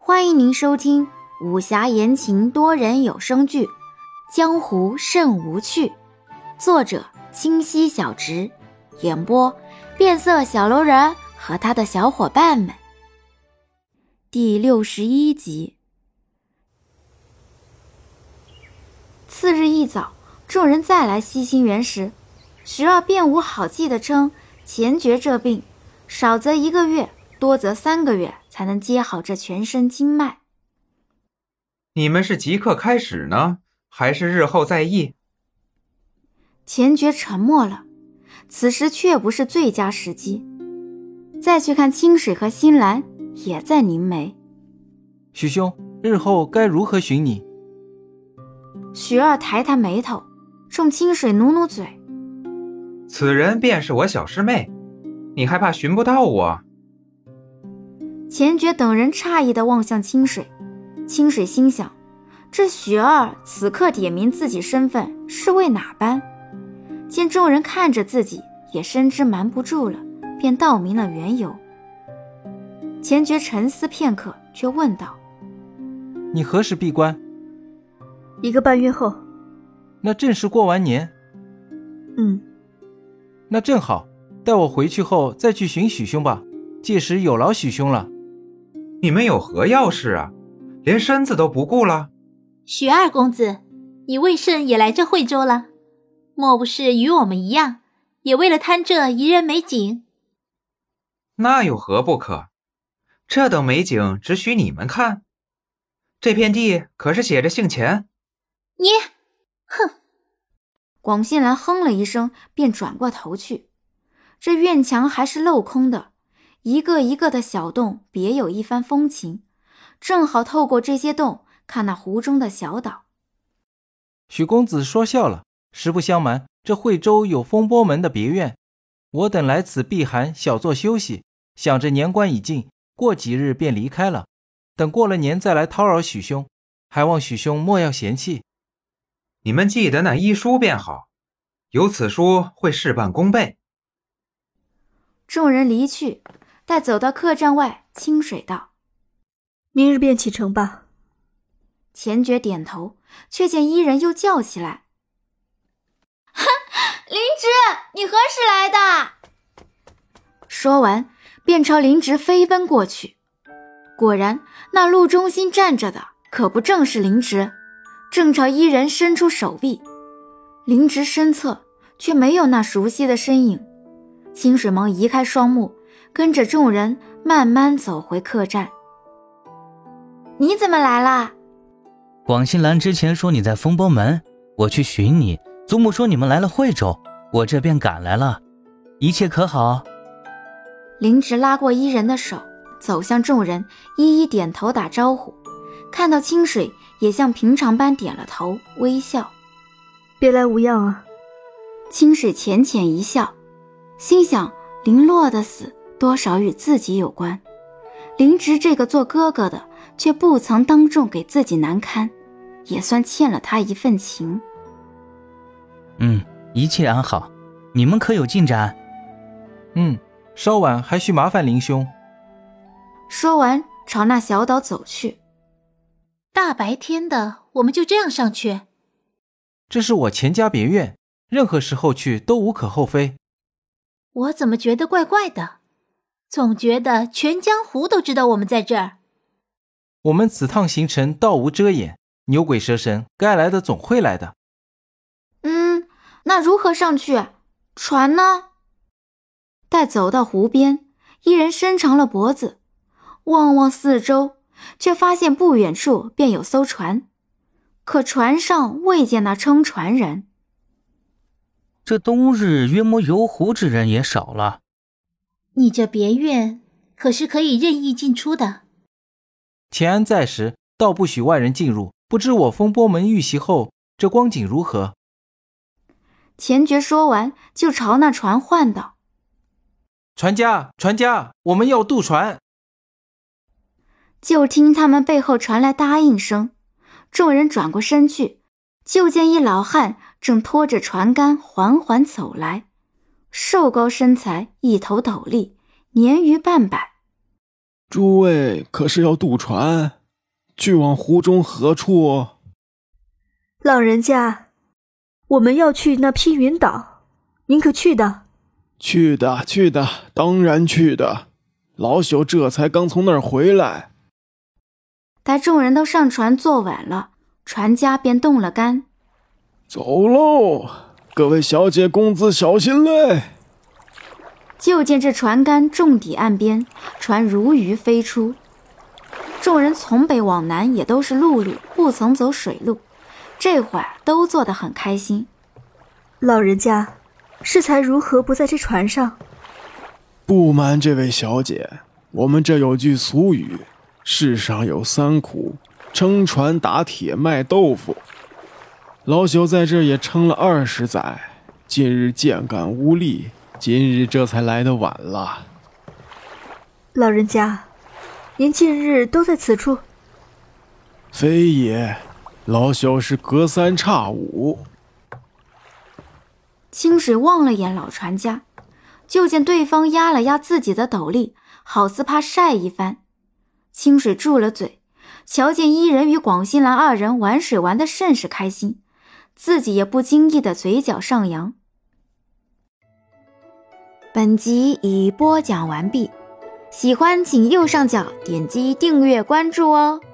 欢迎您收听武侠言情多人有声剧《江湖甚无趣》，作者清溪小直，演播变色小楼人和他的小伙伴们。第61集。次日一早，众人再来西兴园时，徐二便无好气地称钱爵这病少则1个月，多则3个月才能接好这全身经脉。 你们是即刻开始呢，还是日后再议？ 钱爵沉默了，此时却不是最佳时机。再去看清水和新兰也在凝眉。 许兄，日后该如何寻你？ 徐二抬眉头，冲清水努努嘴。 此人便是我小师妹，你还怕寻不到我？ 钱爵等人诧异地望向清水，清水心想，这许二此刻点明自己身份是为哪般？见众人看着自己，也深知瞒不住了，便道明了缘由。钱爵沉思片刻，却问道： 你何时闭关 ？1个半月后。 那正是过完年。那正好，待我回去后再去寻许兄吧，届时有劳许兄了。 你们有何要事啊？连身子都不顾了？ 许二公子，你为甚也来这惠州了？莫不是与我们一样，也为了贪这宜人美景？ 那有何不可？这等美景只许你们看。这片地可是写着姓钱。 你，哼！ 广信兰哼了一声，便转过头去。这院墙还是镂空的，一个一个的小洞别有一番风情，正好透过这些洞看那湖中的小岛。 许公子说笑了，实不相瞒，这惠州有风波门的别院，我等来此避寒，小坐休息，想着年关已近，过几日便离开了，等过了年再来叨扰许兄，还望许兄莫要嫌弃。 你们记得那医书便好，有此书会事半功倍。 众人离去，待走到客栈外，清水道： 明日便启程吧。 钱爵点头，却见伊人又叫起来： 灵芝，你何时来的？ 说完便朝灵芝飞奔过去。果然那路中心站着的可不正是灵芝，正朝伊人伸出手臂。灵芝身侧却没有那熟悉的身影。清水忙移开双目，跟着众人慢慢走回客栈。你怎么来了？ 广信兰之前说你在风波门，我去寻你，祖母说你们来了惠州，我这便赶来了，一切可好？ 灵芝拉过伊人的手，走向众人，一一点头打招呼。看到清水也像平常般点了头，微笑。 别来无恙啊。 清水浅浅一笑，心想林洛的死多少与自己有关，灵芝这个做哥哥的却不曾当众给自己难堪，也算欠了他一份情。 一切安好，你们可有进展？ 稍晚还需麻烦林兄。 说完朝那小岛走去。 大白天的，我们就这样上去？ 这是我钱家别院，任何时候去都无可厚非。 我怎么觉得怪怪的？总觉得全江湖都知道我们在这儿。 我们此趟行程道无遮掩，牛鬼蛇神该来的总会来的。 那如何上去？船呢？待走到湖边，一人伸长了脖子，望望四周，却发现不远处便有艘船，可船上未见那撑船人。 这冬日约摸游湖之人也少了。 你这别院可是可以任意进出的？ 钱安在时，倒不许外人进入，不知我风波门遇袭后，这光景如何？ 钱爵说完，就朝那船唤道： 船家，船家，我们要渡船。 就听他们背后传来答应声，众人转过身去，就见一老汉正拖着船杆缓缓走来，瘦高身材，一头斗笠，年逾半百。 诸位可是要渡船，去往湖中何处？ 老人家，我们要去那披云岛，您可去的？ 去的，当然去的。老朽这才刚从那儿回来。 待众人都上船坐稳了，船家便动了杆。 走喽，各位小姐公子小心嘞！ 就见这船杆重抵岸边，船如鱼飞出。众人从北往南也都是陆路，不曾走水路，这会儿都坐得很开心。 老人家，适才如何不在这船上？ 不瞒这位小姐，我们这有句俗语，世上有三苦，撑船打铁卖豆腐。老朽在这也撑了20载，近日渐感无力，今日这才来得晚了。 老人家，您近日都在此处？ 非也，老朽是隔三差五。 清水望了眼老船家，就见对方压了压自己的斗笠，好似怕晒一番。清水住了嘴，瞧见伊人与广新兰二人玩水玩得甚是开心，自己也不经意的嘴角上扬。本集已播讲完毕，喜欢请右上角点击订阅关注哦。